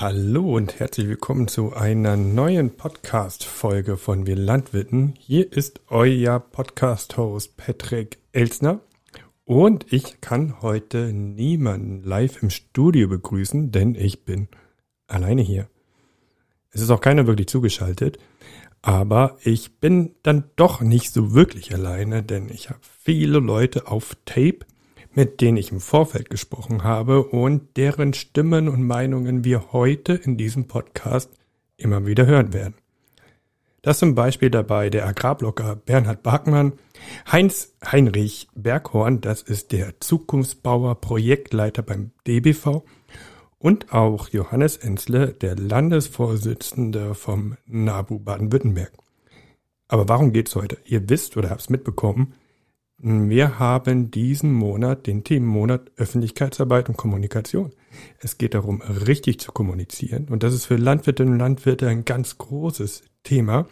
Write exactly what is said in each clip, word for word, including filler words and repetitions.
Hallo und herzlich willkommen zu einer neuen Podcast-Folge von Wir Landwirten. Hier ist euer Podcast-Host Patrick Elsner und ich kann heute niemanden live im Studio begrüßen, denn ich bin alleine hier. Es ist auch keiner wirklich zugeschaltet, aber ich bin dann doch nicht so wirklich alleine, denn ich habe viele Leute auf Tape, mit denen ich im Vorfeld gesprochen habe und deren Stimmen und Meinungen wir heute in diesem Podcast immer wieder hören werden. Das zum Beispiel dabei der Agrarblogger Bernhard Barkmann, Heinz Heinrich Berghorn, das ist der Zukunftsbauer Projektleiter beim D B V, und auch Johannes Enzle, der Landesvorsitzende vom NABU Baden-Württemberg. Aber warum geht's heute? Ihr wisst oder habt es mitbekommen, wir haben diesen Monat den Themenmonat Öffentlichkeitsarbeit und Kommunikation. Es geht darum, richtig zu kommunizieren. Und das ist für Landwirtinnen und Landwirte ein ganz großes Thema.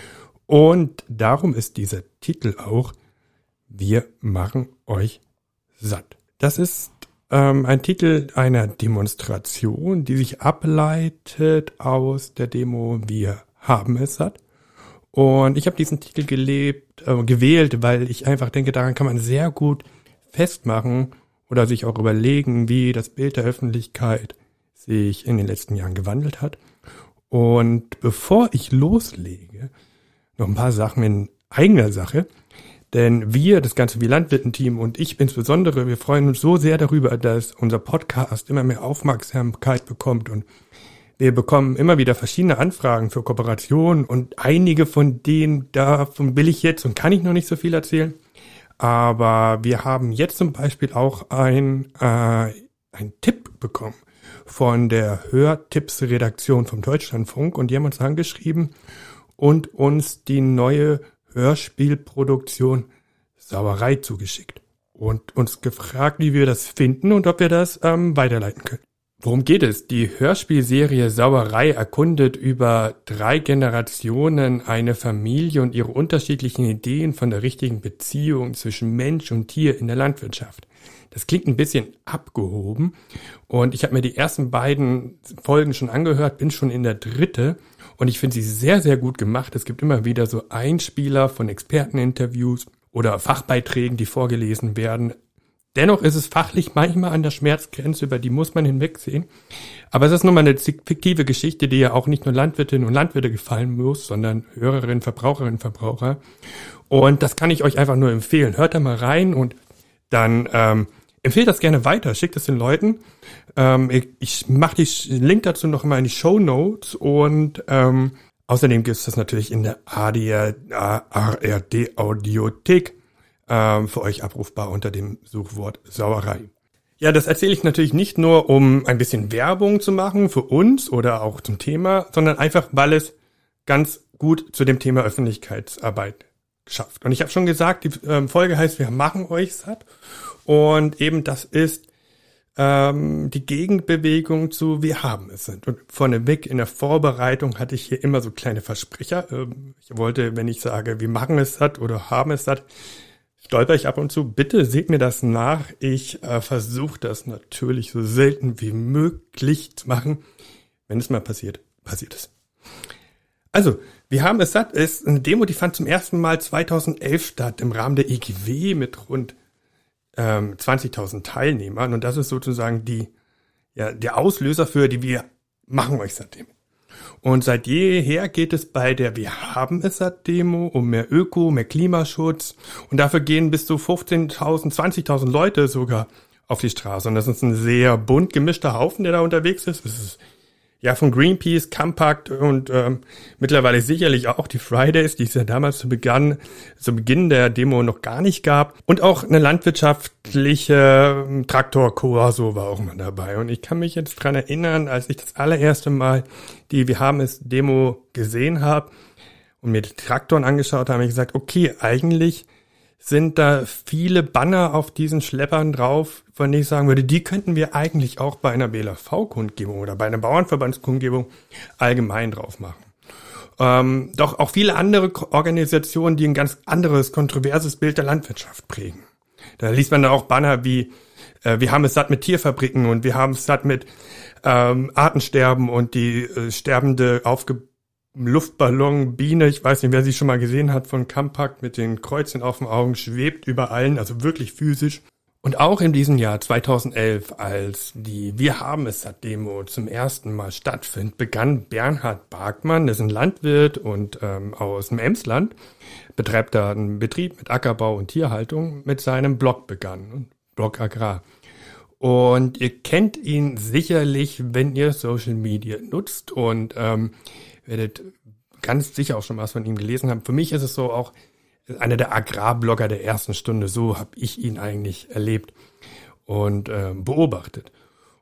Und darum ist dieser Titel auch: Wir machen euch satt. Das ist ähm, ein Titel einer Demonstration, die sich ableitet aus der Demo Wir haben es satt. Und ich habe diesen Titel gelebt, äh, gewählt, weil ich einfach denke, daran kann man sehr gut festmachen oder sich auch überlegen, wie das Bild der Öffentlichkeit sich in den letzten Jahren gewandelt hat. Und bevor ich loslege, noch ein paar Sachen in eigener Sache. Denn wir, das ganze Wir Landwirten-Team und ich insbesondere, wir freuen uns so sehr darüber, dass unser Podcast immer mehr Aufmerksamkeit bekommt, und wir bekommen immer wieder verschiedene Anfragen für Kooperationen und einige von denen, davon will ich jetzt und kann ich noch nicht so viel erzählen. Aber wir haben jetzt zum Beispiel auch ein, äh, ein Tipp bekommen von der Hörtipps-Redaktion vom Deutschlandfunk, und die haben uns angeschrieben und uns die neue Hörspielproduktion Sauerei zugeschickt und uns gefragt, wie wir das finden und ob wir das ähm, weiterleiten können. Worum geht es? Die Hörspielserie Sauerei erkundet über drei Generationen eine Familie und ihre unterschiedlichen Ideen von der richtigen Beziehung zwischen Mensch und Tier in der Landwirtschaft. Das klingt ein bisschen abgehoben, und ich habe mir die ersten beiden Folgen schon angehört, bin schon in der dritte, und ich finde sie sehr, sehr gut gemacht. Es gibt immer wieder so Einspieler von Experteninterviews oder Fachbeiträgen, die vorgelesen werden. Dennoch ist es fachlich manchmal an der Schmerzgrenze, über die muss man hinwegsehen. Aber es ist nun mal eine fiktive Geschichte, die ja auch nicht nur Landwirtinnen und Landwirte gefallen muss, sondern Hörerinnen, Verbraucherinnen, Verbraucher. Und das kann ich euch einfach nur empfehlen. Hört da mal rein und dann ähm, empfehlt das gerne weiter. Schickt es den Leuten. Ähm, ich ich mache den Link dazu noch mal in die Shownotes, und ähm, außerdem gibt es das natürlich in der A R D Audiothek für euch abrufbar unter dem Suchwort Sauerei. Ja, das erzähle ich natürlich nicht nur, um ein bisschen Werbung zu machen für uns oder auch zum Thema, sondern einfach, weil es ganz gut zu dem Thema Öffentlichkeitsarbeit schafft. Und ich habe schon gesagt, die ähm, Folge heißt, wir machen euch satt. Und eben das ist ähm, die Gegenbewegung zu wir haben es satt. Und vorneweg in der Vorbereitung hatte ich hier immer so kleine Versprecher. Ähm, ich wollte, wenn ich sage, wir machen es satt oder haben es satt, stolper ich ab und zu. Bitte seht mir das nach. Ich äh, versuche das natürlich so selten wie möglich zu machen. Wenn es mal passiert, passiert es. Also, wir haben es satt. Es ist eine Demo, die fand zum ersten Mal zweitausendelf statt im Rahmen der E G W mit rund ähm, zwanzigtausend Teilnehmern. Und das ist sozusagen die, ja, der Auslöser für die Wir machen euch satt Demo. Und seit jeher geht es bei der Wir haben es satt Demo um mehr Öko, mehr Klimaschutz, und dafür gehen bis zu fünfzehntausend, zwanzigtausend Leute sogar auf die Straße, und das ist ein sehr bunt gemischter Haufen, der da unterwegs ist. Es ist ja von Greenpeace, Compact und ähm, mittlerweile sicherlich auch die Fridays, die es ja damals zu Beginn, zu Beginn der Demo noch gar nicht gab, und auch eine landwirtschaftliche ähm, Traktor-Corso war auch mal dabei. Und ich kann mich jetzt dran erinnern, als ich das allererste Mal die Wir haben es Demo gesehen habe und mir die Traktoren angeschaut habe, habe ich gesagt, okay, eigentlich sind da viele Banner auf diesen Schleppern drauf, von denen ich sagen würde, die könnten wir eigentlich auch bei einer B L A V-Kundgebung oder bei einer Bauernverbandskundgebung allgemein drauf machen. Ähm, doch auch viele andere Organisationen, die ein ganz anderes, kontroverses Bild der Landwirtschaft prägen. Da liest man dann auch Banner wie, äh, wir haben es satt mit Tierfabriken und wir haben es satt mit ähm, Artensterben und die äh, sterbende aufge Luftballon, Biene, ich weiß nicht, wer sie schon mal gesehen hat, von Kampak mit den Kreuzen auf den Augen, schwebt über allen, also wirklich physisch. Und auch in diesem Jahr zweitausendelf, als die Wir haben es satt Demo zum ersten Mal stattfindet, begann Bernhard Barkmann, das ist ein Landwirt und ähm, aus dem Emsland, betreibt da einen Betrieb mit Ackerbau und Tierhaltung, mit seinem Blog begann, Blog Agrar. Und ihr kennt ihn sicherlich, wenn ihr Social Media nutzt und ähm, werdet ganz sicher auch schon was von ihm gelesen haben. Für mich ist es so auch einer der Agrarblogger der ersten Stunde. So habe ich ihn eigentlich erlebt und äh, beobachtet.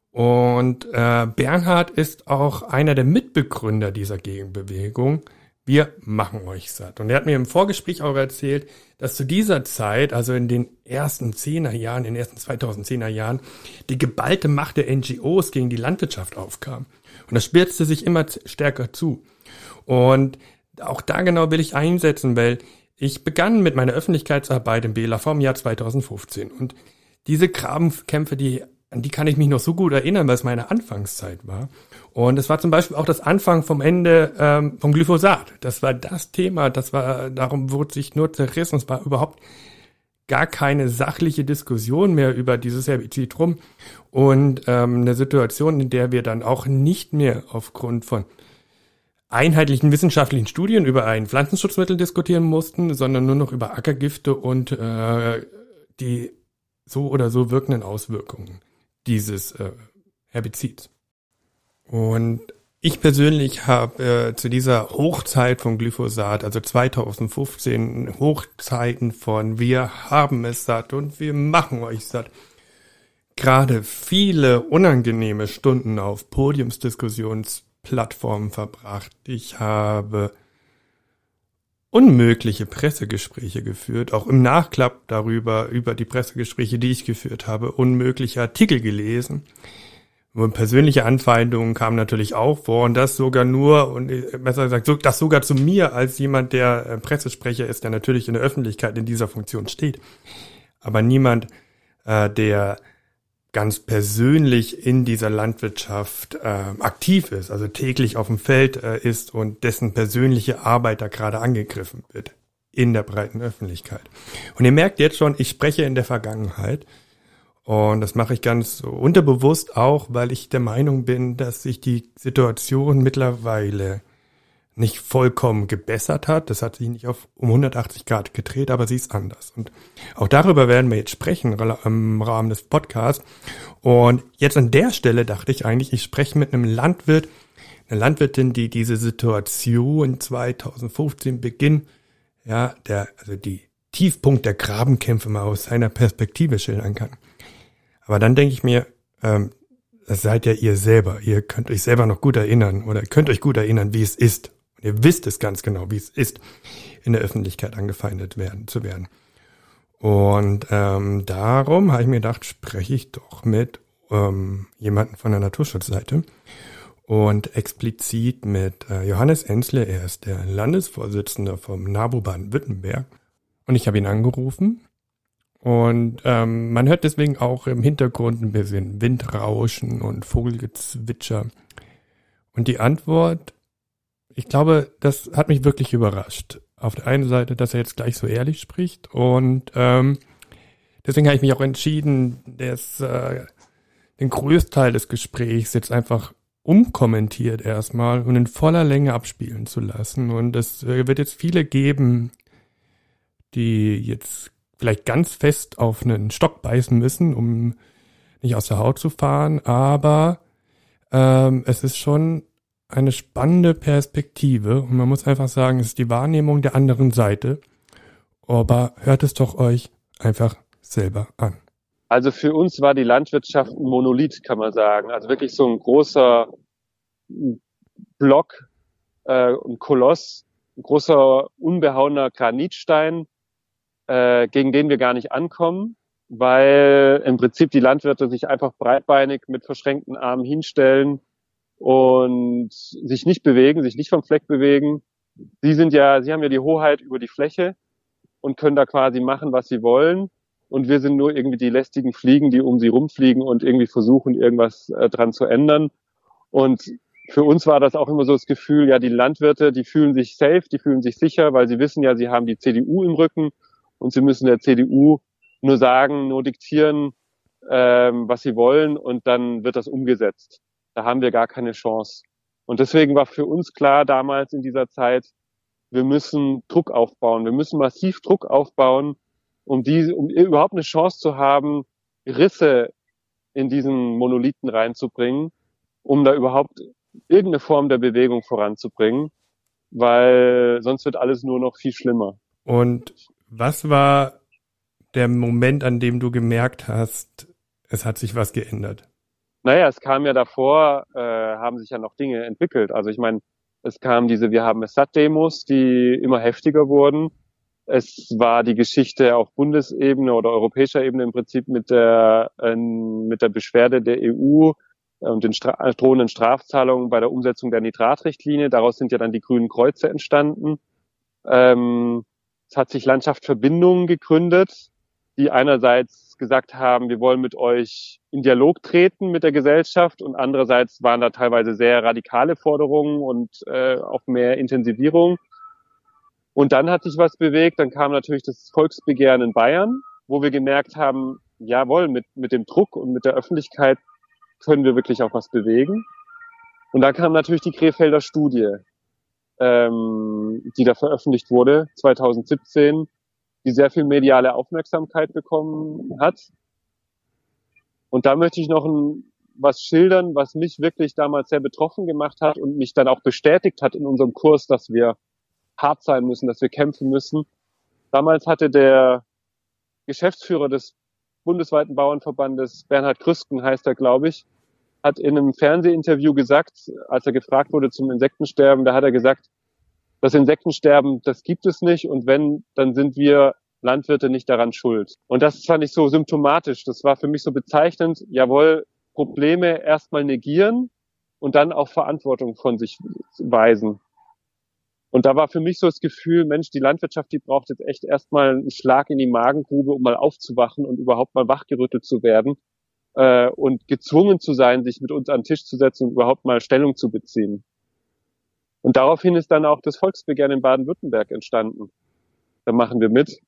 Und äh, Bernhard ist auch einer der Mitbegründer dieser Gegenbewegung. Wir machen euch satt. Und er hat mir im Vorgespräch auch erzählt, dass zu dieser Zeit, also in den ersten zehner Jahren, in den ersten zweitausendzehner Jahren, die geballte Macht der N G Os gegen die Landwirtschaft aufkam. Und das spitzte sich immer stärker zu. Und auch da genau will ich einsetzen, weil ich begann mit meiner Öffentlichkeitsarbeit im B L A V im Jahr zweitausendfünfzehn. Und diese Grabenkämpfe, die, an die kann ich mich noch so gut erinnern, weil es meine Anfangszeit war. Und es war zum Beispiel auch das Anfang vom Ende ähm, vom Glyphosat. Das war das Thema, das war, darum wurde sich nur zerrissen. Es war überhaupt gar keine sachliche Diskussion mehr über dieses Herbizid rum. Und ähm, eine Situation, in der wir dann auch nicht mehr aufgrund von einheitlichen wissenschaftlichen Studien über ein Pflanzenschutzmittel diskutieren mussten, sondern nur noch über Ackergifte und äh, die so oder so wirkenden Auswirkungen dieses äh, Herbizids. Und ich persönlich habe äh, zu dieser Hochzeit von Glyphosat, also zweitausendfünfzehn, Hochzeiten von wir haben es satt und wir machen euch satt, gerade viele unangenehme Stunden auf Podiumsdiskussionsplattformen verbracht. Ich habe unmögliche Pressegespräche geführt, auch im Nachklapp darüber, über die Pressegespräche, die ich geführt habe, unmögliche Artikel gelesen. Und persönliche Anfeindungen kamen natürlich auch vor und das sogar nur, und besser gesagt, so, das sogar zu mir als jemand, der äh, Pressesprecher ist, der natürlich in der Öffentlichkeit in dieser Funktion steht. Aber niemand, äh, der ganz persönlich in dieser Landwirtschaft äh, aktiv ist, also täglich auf dem Feld äh, ist und dessen persönliche Arbeit da gerade angegriffen wird in der breiten Öffentlichkeit. Und ihr merkt jetzt schon, ich spreche in der Vergangenheit. Und das mache ich ganz unterbewusst auch, weil ich der Meinung bin, dass sich die Situation mittlerweile nicht vollkommen gebessert hat. Das hat sich nicht auf um hundertachtzig Grad gedreht, aber sie ist anders. Und auch darüber werden wir jetzt sprechen im Rahmen des Podcasts. Und jetzt an der Stelle dachte ich eigentlich, ich spreche mit einem Landwirt, einer Landwirtin, die diese Situation zweitausendfünfzehn Beginn, ja, der, also die Tiefpunkt der Grabenkämpfe mal aus seiner Perspektive schildern kann. Aber dann denke ich mir, ähm, das seid ja ihr selber. Ihr könnt euch selber noch gut erinnern oder könnt euch gut erinnern, wie es ist. Und ihr wisst es ganz genau, wie es ist, in der Öffentlichkeit angefeindet werden zu werden. Und ähm, darum habe ich mir gedacht, spreche ich doch mit ähm, jemandem von der Naturschutzseite und explizit mit äh, Johannes Enzle. Er ist der Landesvorsitzende vom NABU Baden-Württemberg. Und ich habe ihn angerufen. Und ähm, man hört deswegen auch im Hintergrund ein bisschen Windrauschen und Vogelgezwitscher. Und die Antwort, ich glaube, das hat mich wirklich überrascht. Auf der einen Seite, dass er jetzt gleich so ehrlich spricht und ähm, deswegen habe ich mich auch entschieden, das, äh, den Größteil des Gesprächs jetzt einfach umkommentiert erstmal und in voller Länge abspielen zu lassen. Und es äh, wird jetzt viele geben, die jetzt vielleicht ganz fest auf einen Stock beißen müssen, um nicht aus der Haut zu fahren, aber ähm, es ist schon eine spannende Perspektive und man muss einfach sagen, es ist die Wahrnehmung der anderen Seite, aber hört es doch euch einfach selber an. Also für uns war die Landwirtschaft ein Monolith, kann man sagen, also wirklich so ein großer Block, äh, ein Koloss, ein großer unbehauener Granitstein, Äh, gegen den wir gar nicht ankommen, weil im Prinzip die Landwirte sich einfach breitbeinig mit verschränkten Armen hinstellen und sich nicht bewegen, sich nicht vom Fleck bewegen. Sie sind ja, sie haben ja die Hoheit über die Fläche und können da quasi machen, was sie wollen. und wir sind nur irgendwie die lästigen Fliegen, die um sie rumfliegen und irgendwie versuchen, irgendwas äh, dran zu ändern. Und für uns war das auch immer so das Gefühl, ja, die Landwirte, die fühlen sich safe, die fühlen sich sicher, weil sie wissen ja, sie haben die C D U im Rücken und sie müssen der C D U nur sagen, nur diktieren, ähm, was sie wollen, und dann wird das umgesetzt. Da haben wir gar keine Chance. Und deswegen war für uns klar damals in dieser Zeit, wir müssen Druck aufbauen, wir müssen massiv Druck aufbauen, um die, um überhaupt eine Chance zu haben, Risse in diesen Monolithen reinzubringen, um da überhaupt irgendeine Form der Bewegung voranzubringen, weil sonst wird alles nur noch viel schlimmer. Und was war der Moment, an dem du gemerkt hast, es hat sich was geändert? Naja, es kam ja davor, äh, haben sich ja noch Dinge entwickelt. Also ich meine, es kamen diese Wir haben es satt Demos, die immer heftiger wurden. Es war die Geschichte auf Bundesebene oder europäischer Ebene im Prinzip mit der, äh, mit der Beschwerde der E U und den Stra- drohenden Strafzahlungen bei der Umsetzung der Nitratrichtlinie. Daraus sind ja dann die Grünen Kreuze entstanden. Ähm, es hat sich Landschaft Verbindungen gegründet, die einerseits gesagt haben, wir wollen mit euch in Dialog treten mit der Gesellschaft, und andererseits waren da teilweise sehr radikale Forderungen und äh, auch mehr Intensivierung. Und dann hat sich was bewegt, dann kam natürlich das Volksbegehren in Bayern, wo wir gemerkt haben, jawohl, mit, mit dem Druck und mit der Öffentlichkeit können wir wirklich auch was bewegen. Und dann kam natürlich die Krefelder Studie, ähm, die da veröffentlicht wurde, zwanzig siebzehn, die sehr viel mediale Aufmerksamkeit bekommen hat. Und da möchte ich noch ein, was schildern, was mich wirklich damals sehr betroffen gemacht hat und mich dann auch bestätigt hat in unserem Kurs, dass wir hart sein müssen, dass wir kämpfen müssen. Damals hatte der Geschäftsführer des bundesweiten Bauernverbandes, Bernhard Krüsken heißt er, glaube ich, hat in einem Fernsehinterview gesagt, als er gefragt wurde zum Insektensterben, da hat er gesagt, das Insektensterben, das gibt es nicht, und wenn, dann sind wir Landwirte nicht daran schuld. Und das fand ich so symptomatisch. Das war für mich so bezeichnend. Jawohl, Probleme erstmal negieren und dann auch Verantwortung von sich weisen. Und da war für mich so das Gefühl, Mensch, die Landwirtschaft, die braucht jetzt echt erstmal einen Schlag in die Magengrube, um mal aufzuwachen und überhaupt mal wachgerüttelt zu werden äh, und gezwungen zu sein, sich mit uns an den Tisch zu setzen und überhaupt mal Stellung zu beziehen. Und daraufhin ist dann auch das Volksbegehren in Baden-Württemberg entstanden. Da machen wir mit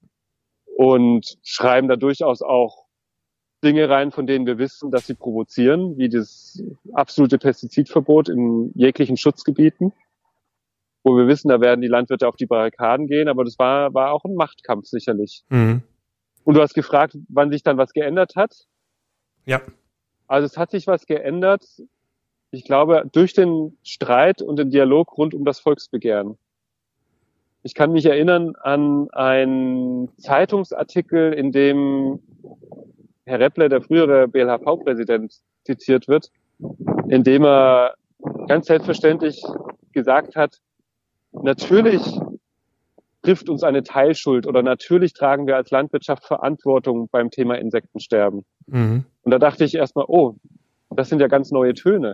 und schreiben da durchaus auch Dinge rein, von denen wir wissen, dass sie provozieren, wie das absolute Pestizidverbot in jeglichen Schutzgebieten, wo wir wissen, da werden die Landwirte auf die Barrikaden gehen, aber das war, war auch ein Machtkampf sicherlich. Mhm. Und du hast gefragt, wann sich dann was geändert hat? Ja. Also es hat sich was geändert, ich glaube, durch den Streit und den Dialog rund um das Volksbegehren. Ich kann mich erinnern an einen Zeitungsartikel, in dem Herr Repple, der frühere B L H V-Präsident, zitiert wird, in dem er ganz selbstverständlich gesagt hat, natürlich trifft uns eine Teilschuld oder natürlich tragen wir als Landwirtschaft Verantwortung beim Thema Insektensterben. Mhm. Und da dachte ich erstmal, oh, das sind ja ganz neue Töne.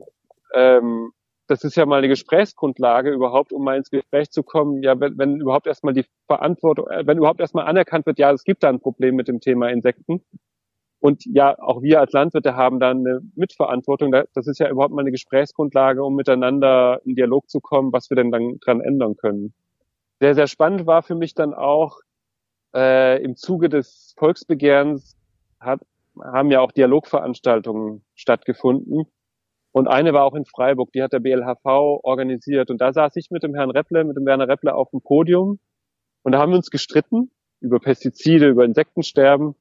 Ähm, das ist ja mal eine Gesprächsgrundlage überhaupt, um mal ins Gespräch zu kommen. Ja, wenn, wenn überhaupt erstmal die Verantwortung, äh, wenn überhaupt erstmal anerkannt wird, ja, es gibt da ein Problem mit dem Thema Insekten. Und ja, auch wir als Landwirte haben da eine Mitverantwortung. Das ist ja überhaupt mal eine Gesprächsgrundlage, um miteinander in Dialog zu kommen, was wir denn dann dran ändern können. Sehr, sehr spannend war für mich dann auch, äh, im Zuge des Volksbegehrens hat, haben ja auch Dialogveranstaltungen stattgefunden. Und eine war auch in Freiburg, die hat der B L H V organisiert. Und da saß ich mit dem Herrn Repple, mit dem Werner Repple auf dem Podium. Und da haben wir uns gestritten über Pestizide, über Insektensterben.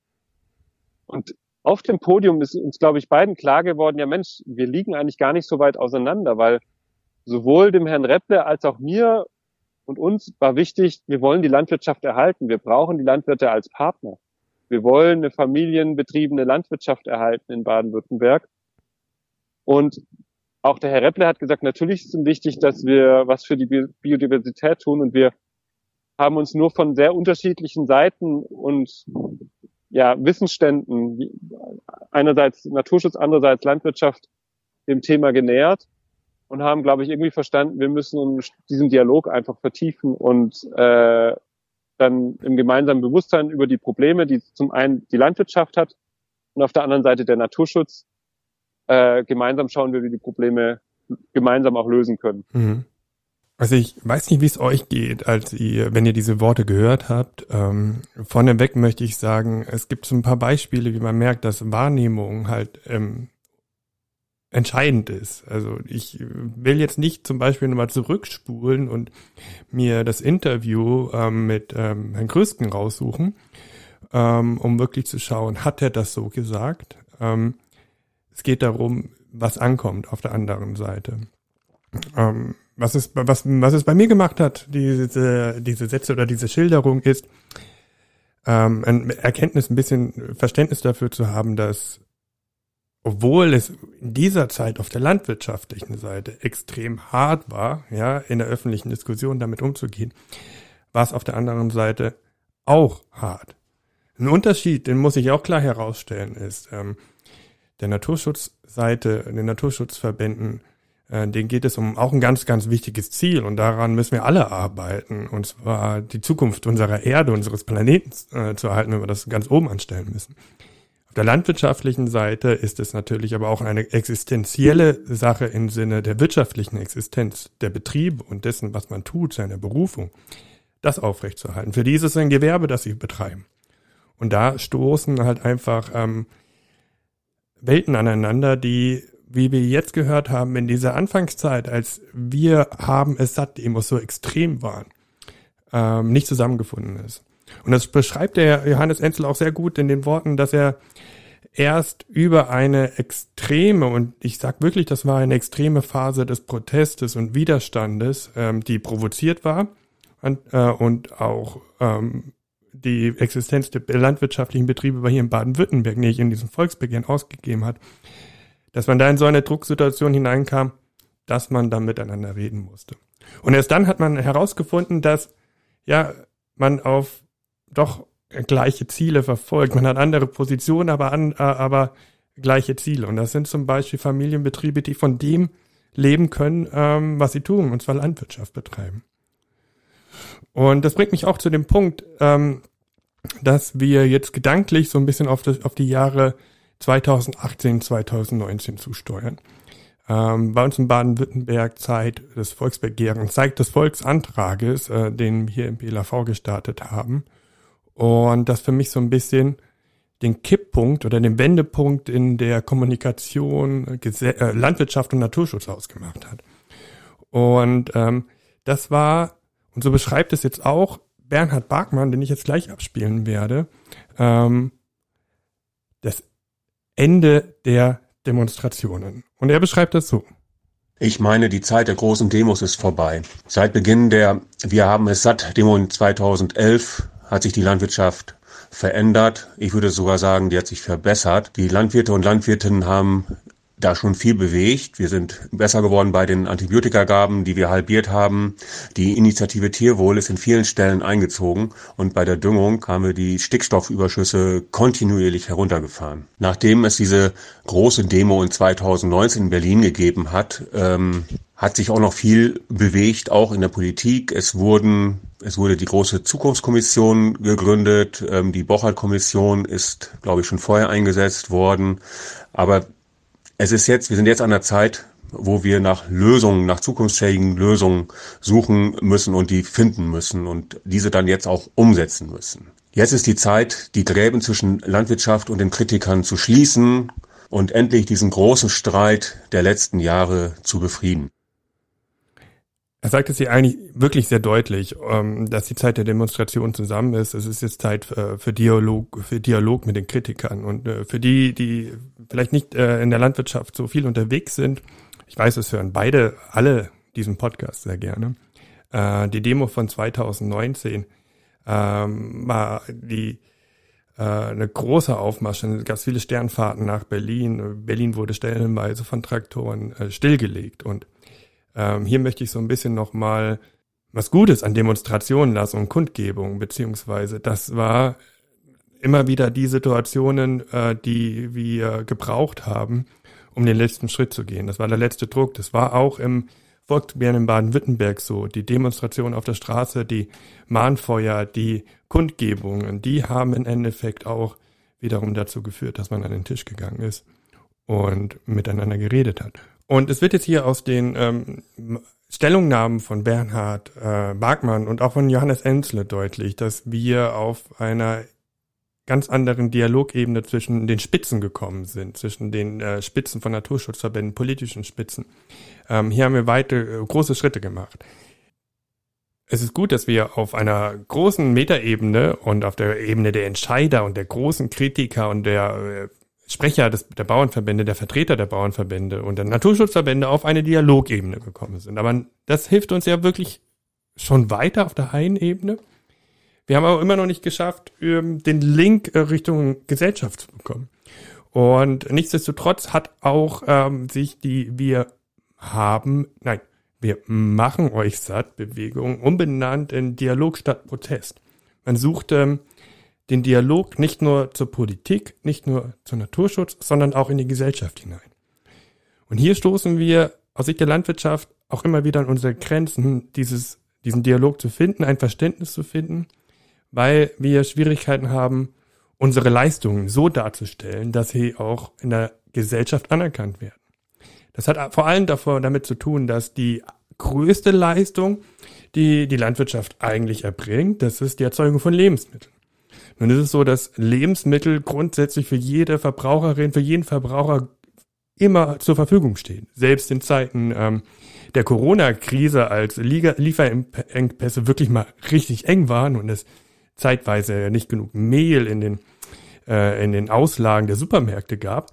Und auf dem Podium ist uns, glaube ich, beiden klar geworden, ja Mensch, wir liegen eigentlich gar nicht so weit auseinander, weil sowohl dem Herrn Repple als auch mir und uns war wichtig, wir wollen die Landwirtschaft erhalten. Wir brauchen die Landwirte als Partner. Wir wollen eine familienbetriebene Landwirtschaft erhalten in Baden-Württemberg. Und auch der Herr Repple hat gesagt, natürlich ist es wichtig, dass wir was für die Biodiversität tun. Und wir haben uns nur von sehr unterschiedlichen Seiten und ja, Wissensständen, einerseits Naturschutz, andererseits Landwirtschaft, dem Thema genähert und haben, glaube ich, irgendwie verstanden, wir müssen diesen Dialog einfach vertiefen und äh, da dann im gemeinsamen Bewusstsein über die Probleme, die zum einen die Landwirtschaft hat und auf der anderen Seite der Naturschutz, äh, gemeinsam schauen wir, wie die Probleme gemeinsam auch lösen können. Mhm. Also ich weiß nicht, wie es euch geht, als ihr, wenn ihr diese Worte gehört habt. Ähm, vorneweg möchte ich sagen, es gibt so ein paar Beispiele, wie man merkt, dass Wahrnehmung halt ähm, entscheidend ist. Also ich will jetzt nicht zum Beispiel nochmal zurückspulen und mir das Interview ähm, mit ähm, Herrn Krösken raussuchen, ähm, um wirklich zu schauen, hat er das so gesagt? Ähm, es geht darum, was ankommt auf der anderen Seite. Ähm, was es, was, was es bei mir gemacht hat, diese, diese Sätze oder diese Schilderung ist, ähm, ein Erkenntnis, ein bisschen Verständnis dafür zu haben, dass, obwohl es in dieser Zeit auf der landwirtschaftlichen Seite extrem hart war, ja, in der öffentlichen Diskussion damit umzugehen, war es auf der anderen Seite auch hart. Ein Unterschied, den muss ich auch klar herausstellen, ist, ähm, der Naturschutzseite, den Naturschutzverbänden, äh, denen geht es um auch ein ganz, ganz wichtiges Ziel und daran müssen wir alle arbeiten, und zwar die Zukunft unserer Erde, unseres Planeten äh, zu erhalten, wenn wir das ganz oben anstellen müssen. Auf der landwirtschaftlichen Seite ist es natürlich aber auch eine existenzielle Sache im Sinne der wirtschaftlichen Existenz der Betriebe und dessen, was man tut, seiner Berufung, das aufrechtzuerhalten. Für die ist es ein Gewerbe, das sie betreiben. Und da stoßen halt einfach ähm, Welten aneinander, die, wie wir jetzt gehört haben, in dieser Anfangszeit, als wir haben es satt, Demos so extrem waren, ähm, nicht zusammengefunden ist. Und das beschreibt der Johannes Enzel auch sehr gut in den Worten, dass er erst über eine extreme, und ich sag wirklich, das war eine extreme Phase des Protestes und Widerstandes, ähm, die provoziert war und, äh, und auch ähm, die Existenz der landwirtschaftlichen Betriebe bei hier in Baden-Württemberg nicht in diesem Volksbegehren ausgegeben hat, dass man da in so eine Drucksituation hineinkam, dass man dann miteinander reden musste. Und erst dann hat man herausgefunden, dass ja man auf doch gleiche Ziele verfolgt. Man hat andere Positionen, aber an, äh, aber gleiche Ziele. Und das sind zum Beispiel Familienbetriebe, die von dem leben können, ähm, was sie tun, und zwar Landwirtschaft betreiben. Und das bringt mich auch zu dem Punkt, ähm, dass wir jetzt gedanklich so ein bisschen auf, das, auf die Jahre zweitausendachtzehn, zweitausendneunzehn zusteuern. Ähm, bei uns in Baden-Württemberg Zeit des Volksbegehrens, Zeit des Volksantrages, äh, den wir hier im B L A V gestartet haben. Und das für mich so ein bisschen den Kipppunkt oder den Wendepunkt in der Kommunikation, Gese- äh, Landwirtschaft und Naturschutz ausgemacht hat. Und ähm, das war, und so beschreibt es jetzt auch Bernhard Barkmann, den ich jetzt gleich abspielen werde, ähm, das Ende der Demonstrationen. Und er beschreibt das so. Ich meine, die Zeit der großen Demos ist vorbei. Seit Beginn der Wir haben es satt Demo in zweitausendelf hat sich die Landwirtschaft verändert. Ich würde sogar sagen, die hat sich verbessert. Die Landwirte und Landwirtinnen haben da schon viel bewegt. Wir sind besser geworden bei den Antibiotikagaben, die wir halbiert haben. Die Initiative Tierwohl ist in vielen Stellen eingezogen und bei der Düngung haben wir die Stickstoffüberschüsse kontinuierlich heruntergefahren. Nachdem es diese große Demo in zweitausendneunzehn in Berlin gegeben hat, ähm, hat sich auch noch viel bewegt, auch in der Politik. Es wurden, es wurde die große Zukunftskommission gegründet. Ähm, die Bochert-Kommission ist, glaube ich, schon vorher eingesetzt worden. Aber es ist jetzt, wir sind jetzt an der Zeit, wo wir nach Lösungen, nach zukunftsfähigen Lösungen suchen müssen und die finden müssen und diese dann jetzt auch umsetzen müssen. Jetzt ist die Zeit, die Gräben zwischen Landwirtschaft und den Kritikern zu schließen und endlich diesen großen Streit der letzten Jahre zu befrieden. Er sagt es hier eigentlich wirklich sehr deutlich, dass die Zeit der Demonstration zusammen ist. Es ist jetzt Zeit für Dialog, für Dialog mit den Kritikern. Und für die, die vielleicht nicht in der Landwirtschaft so viel unterwegs sind, ich weiß, es hören beide, alle diesen Podcast sehr gerne. Die Demo von zweitausendneunzehn war die eine große Aufmarsch, es gab viele Sternfahrten nach Berlin. Berlin wurde stellenweise von Traktoren stillgelegt. Und Ähm, hier möchte ich so ein bisschen nochmal was Gutes an Demonstrationen lassen und Kundgebungen, beziehungsweise das war immer wieder die Situationen, äh, die wir gebraucht haben, um den letzten Schritt zu gehen. Das war der letzte Druck. Das war auch im Volksbegehren in Baden-Württemberg so, die Demonstrationen auf der Straße, die Mahnfeuer, die Kundgebungen, die haben im Endeffekt auch wiederum dazu geführt, dass man an den Tisch gegangen ist und miteinander geredet hat. Und es wird jetzt hier aus den ähm, Stellungnahmen von Bernhard äh, Bergmann und auch von Johannes Enzle deutlich, dass wir auf einer ganz anderen Dialogebene zwischen den Spitzen gekommen sind, zwischen den äh, Spitzen von Naturschutzverbänden, politischen Spitzen. Ähm, hier haben wir weite, äh, große Schritte gemacht. Es ist gut, dass wir auf einer großen Metaebene und auf der Ebene der Entscheider und der großen Kritiker und der äh, Sprecher des, der Bauernverbände, der Vertreter der Bauernverbände und der Naturschutzverbände auf eine Dialogebene gekommen sind. Aber das hilft uns ja wirklich schon weiter auf der Hainebene. Wir haben aber immer noch nicht geschafft, den Link Richtung Gesellschaft zu bekommen. Und nichtsdestotrotz hat auch ähm, sich die Wir haben, nein, wir machen euch satt Bewegung umbenannt in Dialog statt Protest. Man sucht ähm, den Dialog nicht nur zur Politik, nicht nur zum Naturschutz, sondern auch in die Gesellschaft hinein. Und hier stoßen wir aus Sicht der Landwirtschaft auch immer wieder an unsere Grenzen, dieses, diesen Dialog zu finden, ein Verständnis zu finden, weil wir Schwierigkeiten haben, unsere Leistungen so darzustellen, dass sie auch in der Gesellschaft anerkannt werden. Das hat vor allem davor damit zu tun, dass die größte Leistung, die die Landwirtschaft eigentlich erbringt, das ist die Erzeugung von Lebensmitteln. Nun ist es so, dass Lebensmittel grundsätzlich für jede Verbraucherin, für jeden Verbraucher immer zur Verfügung stehen. Selbst in Zeiten ähm, der Corona-Krise, als Liga- Lieferengpässe wirklich mal richtig eng waren und es zeitweise nicht genug Mehl in den äh, in den Auslagen der Supermärkte gab,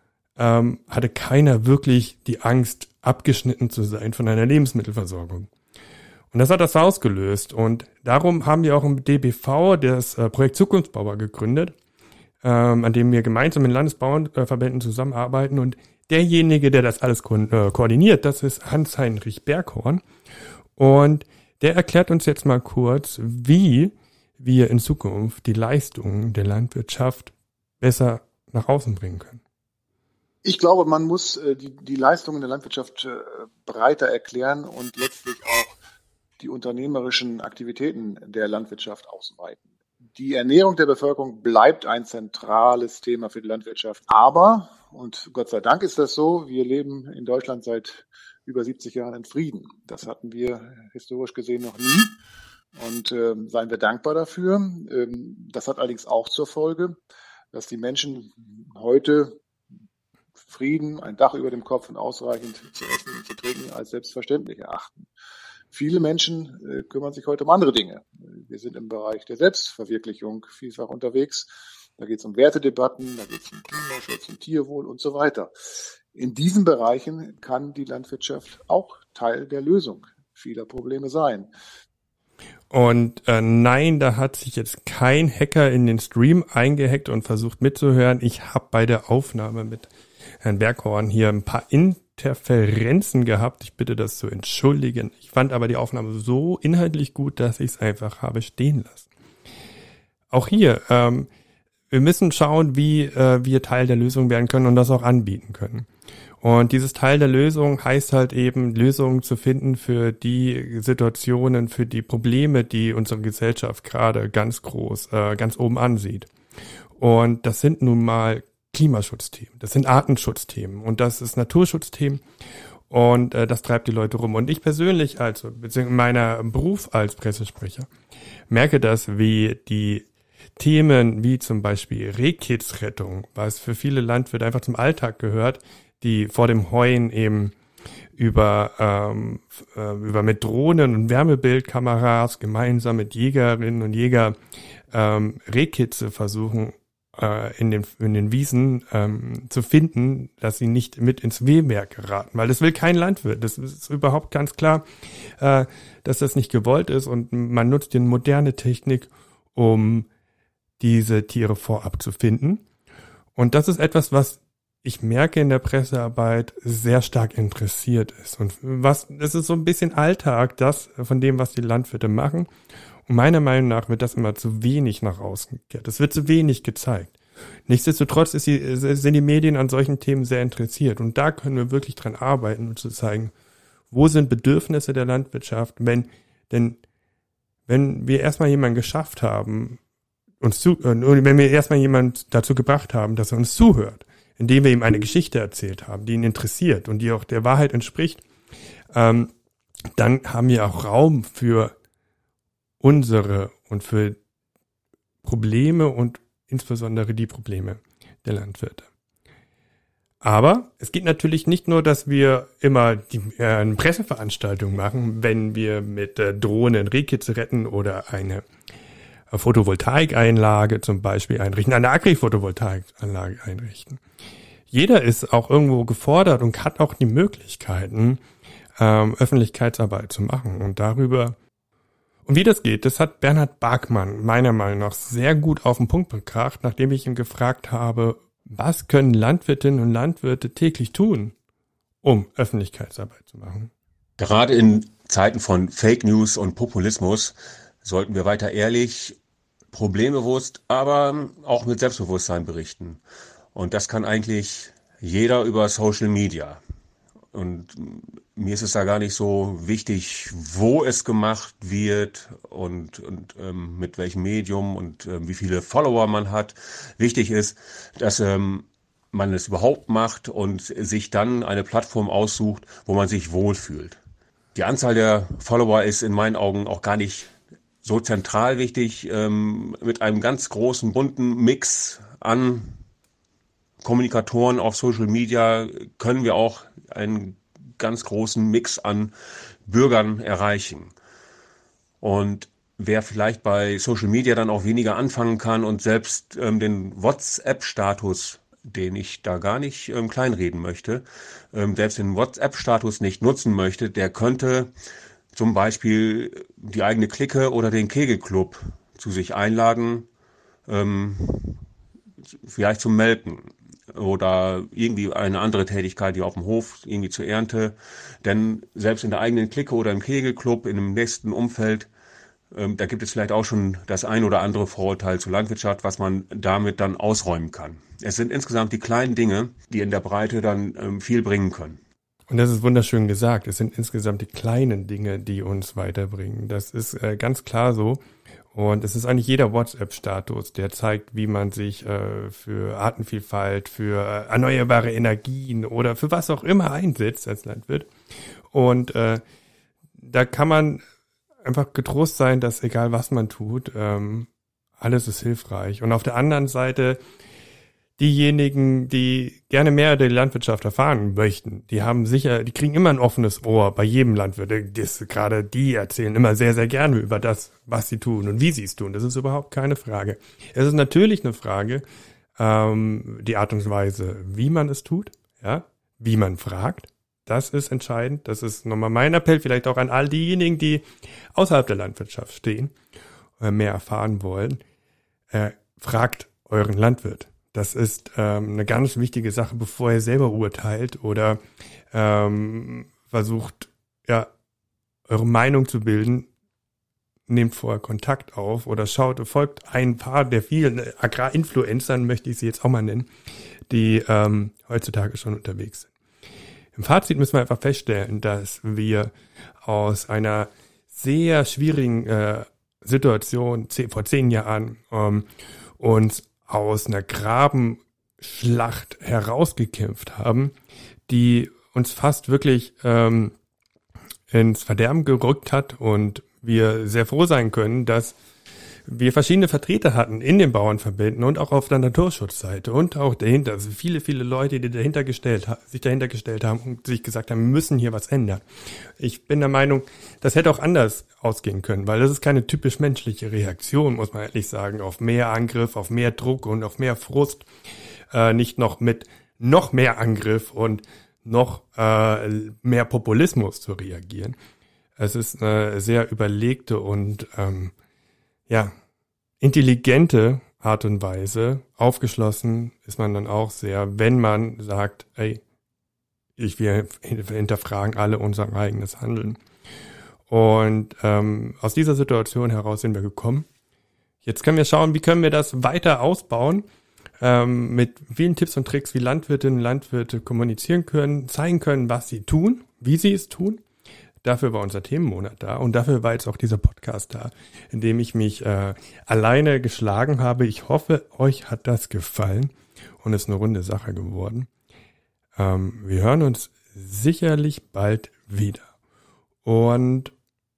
ähm, hatte keiner wirklich die Angst, abgeschnitten zu sein von einer Lebensmittelversorgung. Und das hat das ausgelöst. Und darum haben wir auch im D B V das äh, Projekt Zukunftsbauer gegründet, ähm, an dem wir gemeinsam mit Landesbauernverbänden zusammenarbeiten. Und derjenige, der das alles ko- äh, koordiniert, das ist Hans-Heinrich Berghorn. Und der erklärt uns jetzt mal kurz, wie wir in Zukunft die Leistungen der Landwirtschaft besser nach außen bringen können. Ich glaube, man muss äh, die, die Leistungen der Landwirtschaft äh, breiter erklären und letztlich auch die unternehmerischen Aktivitäten der Landwirtschaft ausweiten. Die Ernährung der Bevölkerung bleibt ein zentrales Thema für die Landwirtschaft. Aber, und Gott sei Dank ist das so, wir leben in Deutschland seit über siebzig Jahren in Frieden. Das hatten wir historisch gesehen noch nie. Und äh, seien wir dankbar dafür. Ähm, das hat allerdings auch zur Folge, dass die Menschen heute Frieden, ein Dach über dem Kopf und ausreichend zu essen und zu trinken als selbstverständlich erachten. Viele Menschen äh, kümmern sich heute um andere Dinge. Wir sind im Bereich der Selbstverwirklichung vielfach unterwegs. Da geht es um Wertedebatten, da geht es um Klimaschutz, um Tierwohl und so weiter. In diesen Bereichen kann die Landwirtschaft auch Teil der Lösung vieler Probleme sein. Und äh, nein, da hat sich jetzt kein Hacker in den Stream eingehackt und versucht mitzuhören. Ich habe bei der Aufnahme mit Herrn Berghorn hier ein paar Interferenzen gehabt. Ich bitte das zu entschuldigen. Ich fand aber die Aufnahme so inhaltlich gut, dass ich es einfach habe stehen lassen. Auch hier, ähm, wir müssen schauen, wie äh, wir Teil der Lösung werden können und das auch anbieten können. Und dieses Teil der Lösung heißt halt eben, Lösungen zu finden für die Situationen, für die Probleme, die unsere Gesellschaft gerade ganz groß, äh, ganz oben ansieht. Und das sind nun mal Klimaschutzthemen, das sind Artenschutzthemen und das ist Naturschutzthemen und äh, das treibt die Leute rum. Und ich persönlich, also beziehungsweise meiner Beruf als Pressesprecher, merke das, wie die Themen wie zum Beispiel Rehkitzrettung, was für viele Landwirte einfach zum Alltag gehört, die vor dem Heuen eben über ähm, äh, über mit Drohnen und Wärmebildkameras gemeinsam mit Jägerinnen und Jäger ähm, Rehkitze versuchen äh, in den in den Wiesen ähm, zu finden, dass sie nicht mit ins Wehmerk geraten, weil das will kein Landwirt. Das ist überhaupt ganz klar, äh, dass das nicht gewollt ist und man nutzt die moderne Technik, um diese Tiere vorab zu finden. Und das ist etwas, was ich merke in der Pressearbeit sehr stark interessiert ist. Und was, das ist so ein bisschen Alltag, das von dem, was die Landwirte machen. Und meiner Meinung nach wird das immer zu wenig nach außen gekehrt. Es wird zu wenig gezeigt. Nichtsdestotrotz ist die, sind die Medien an solchen Themen sehr interessiert. Und da können wir wirklich dran arbeiten, um zu zeigen, wo sind Bedürfnisse der Landwirtschaft, wenn, denn, wenn wir erstmal jemanden geschafft haben, uns zu, äh, wenn wir erstmal jemanden dazu gebracht haben, dass er uns zuhört, indem wir ihm eine Geschichte erzählt haben, die ihn interessiert und die auch der Wahrheit entspricht, ähm, dann haben wir auch Raum für unsere und für Probleme und insbesondere die Probleme der Landwirte. Aber es geht natürlich nicht nur, dass wir immer die äh, eine Presseveranstaltung machen, wenn wir mit äh, Drohnen Rehkitze retten oder eine äh, Photovoltaikeinlage zum Beispiel einrichten, eine Agri-Photovoltaikanlage einrichten. Jeder ist auch irgendwo gefordert und hat auch die Möglichkeiten, ähm, Öffentlichkeitsarbeit zu machen und darüber. Und wie das geht, das hat Bernhard Barkmann meiner Meinung nach sehr gut auf den Punkt gebracht, nachdem ich ihn gefragt habe, was können Landwirtinnen und Landwirte täglich tun, um Öffentlichkeitsarbeit zu machen? Gerade in Zeiten von Fake News und Populismus sollten wir weiter ehrlich, problembewusst, aber auch mit Selbstbewusstsein berichten. Und das kann eigentlich jeder über Social Media. Und mir ist es da gar nicht so wichtig, wo es gemacht wird und, und ähm, mit welchem Medium und ähm, wie viele Follower man hat. Wichtig ist, dass ähm, man es überhaupt macht und sich dann eine Plattform aussucht, wo man sich wohlfühlt. Die Anzahl der Follower ist in meinen Augen auch gar nicht so zentral wichtig. Ähm, mit einem ganz großen, bunten Mix an Kommunikatoren auf Social Media können wir auch einen ganz großen Mix an Bürgern erreichen. Und wer vielleicht bei Social Media dann auch weniger anfangen kann und selbst ähm, den WhatsApp-Status, den ich da gar nicht ähm, kleinreden möchte, ähm, selbst den WhatsApp-Status nicht nutzen möchte, der könnte zum Beispiel die eigene Clique oder den Kegelclub zu sich einladen, ähm, vielleicht zum Melken oder irgendwie eine andere Tätigkeit, die auf dem Hof, irgendwie zur Ernte. Denn selbst in der eigenen Clique oder im Kegelclub, in dem nächsten Umfeld, ähm, da gibt es vielleicht auch schon das ein oder andere Vorurteil zur Landwirtschaft, was man damit dann ausräumen kann. Es sind insgesamt die kleinen Dinge, die in der Breite dann ähm, viel bringen können. Und das ist wunderschön gesagt. Es sind insgesamt die kleinen Dinge, die uns weiterbringen. Das ist äh, ganz klar so. Und es ist eigentlich jeder WhatsApp-Status, der zeigt, wie man sich äh, für Artenvielfalt, für äh, erneuerbare Energien oder für was auch immer einsetzt als Landwirt. Und äh, da kann man einfach getrost sein, dass egal was man tut, ähm, alles ist hilfreich. Und auf der anderen Seite diejenigen, die gerne mehr der Landwirtschaft erfahren möchten, die haben sicher, die kriegen immer ein offenes Ohr bei jedem Landwirt. Das, gerade die erzählen immer sehr, sehr gerne über das, was sie tun und wie sie es tun. Das ist überhaupt keine Frage. Es ist natürlich eine Frage, ähm, die Art und Weise, wie man es tut, ja, wie man fragt. Das ist entscheidend. Das ist nochmal mein Appell, vielleicht auch an all diejenigen, die außerhalb der Landwirtschaft stehen, äh, mehr erfahren wollen. Äh, fragt euren Landwirt. Das ist ähm, eine ganz wichtige Sache, bevor ihr selber urteilt oder ähm, versucht, ja, eure Meinung zu bilden. Nehmt vorher Kontakt auf oder schaut, folgt ein paar der vielen Agrarinfluencern, möchte ich sie jetzt auch mal nennen, die ähm, heutzutage schon unterwegs sind. Im Fazit müssen wir einfach feststellen, dass wir aus einer sehr schwierigen äh, Situation zehn, vor zehn Jahren ähm, uns aus einer Grabenschlacht herausgekämpft haben, die uns fast wirklich ähm, ins Verderben gerückt hat und wir sehr froh sein können, dass wir verschiedene Vertreter hatten in den Bauernverbänden und auch auf der Naturschutzseite und auch dahinter, also viele, viele Leute, die dahinter gestellt, sich dahinter gestellt haben und sich gesagt haben, wir müssen hier was ändern. Ich bin der Meinung, das hätte auch anders ausgehen können, weil das ist keine typisch menschliche Reaktion, muss man ehrlich sagen, auf mehr Angriff, auf mehr Druck und auf mehr Frust, äh, nicht noch mit noch mehr Angriff und noch äh, mehr Populismus zu reagieren. Es ist eine sehr überlegte und ähm, ja, intelligente Art und Weise. Aufgeschlossen ist man dann auch sehr, wenn man sagt, ey, ich wir hinterfragen alle unser eigenes Handeln. Und ähm, aus dieser Situation heraus sind wir gekommen. Jetzt können wir schauen, wie können wir das weiter ausbauen, ähm, mit vielen Tipps und Tricks, wie Landwirtinnen und Landwirte kommunizieren können, zeigen können, was sie tun, wie sie es tun. Dafür war unser Themenmonat da und dafür war jetzt auch dieser Podcast da, in dem ich mich äh, alleine geschlagen habe. Ich hoffe, euch hat das gefallen und ist eine runde Sache geworden. Ähm, wir hören uns sicherlich bald wieder. Und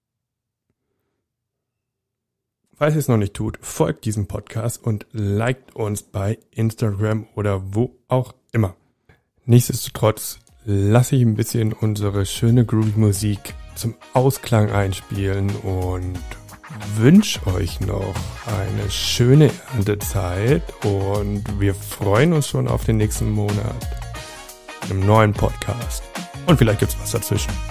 falls ihr es noch nicht tut, folgt diesem Podcast und liked uns bei Instagram oder wo auch immer. Nichtsdestotrotz lasse ich ein bisschen unsere schöne Groovy-Musik zum Ausklang einspielen und wünsche euch noch eine schöne Erntezeit und wir freuen uns schon auf den nächsten Monat mit einem neuen Podcast. Und vielleicht gibt's was dazwischen.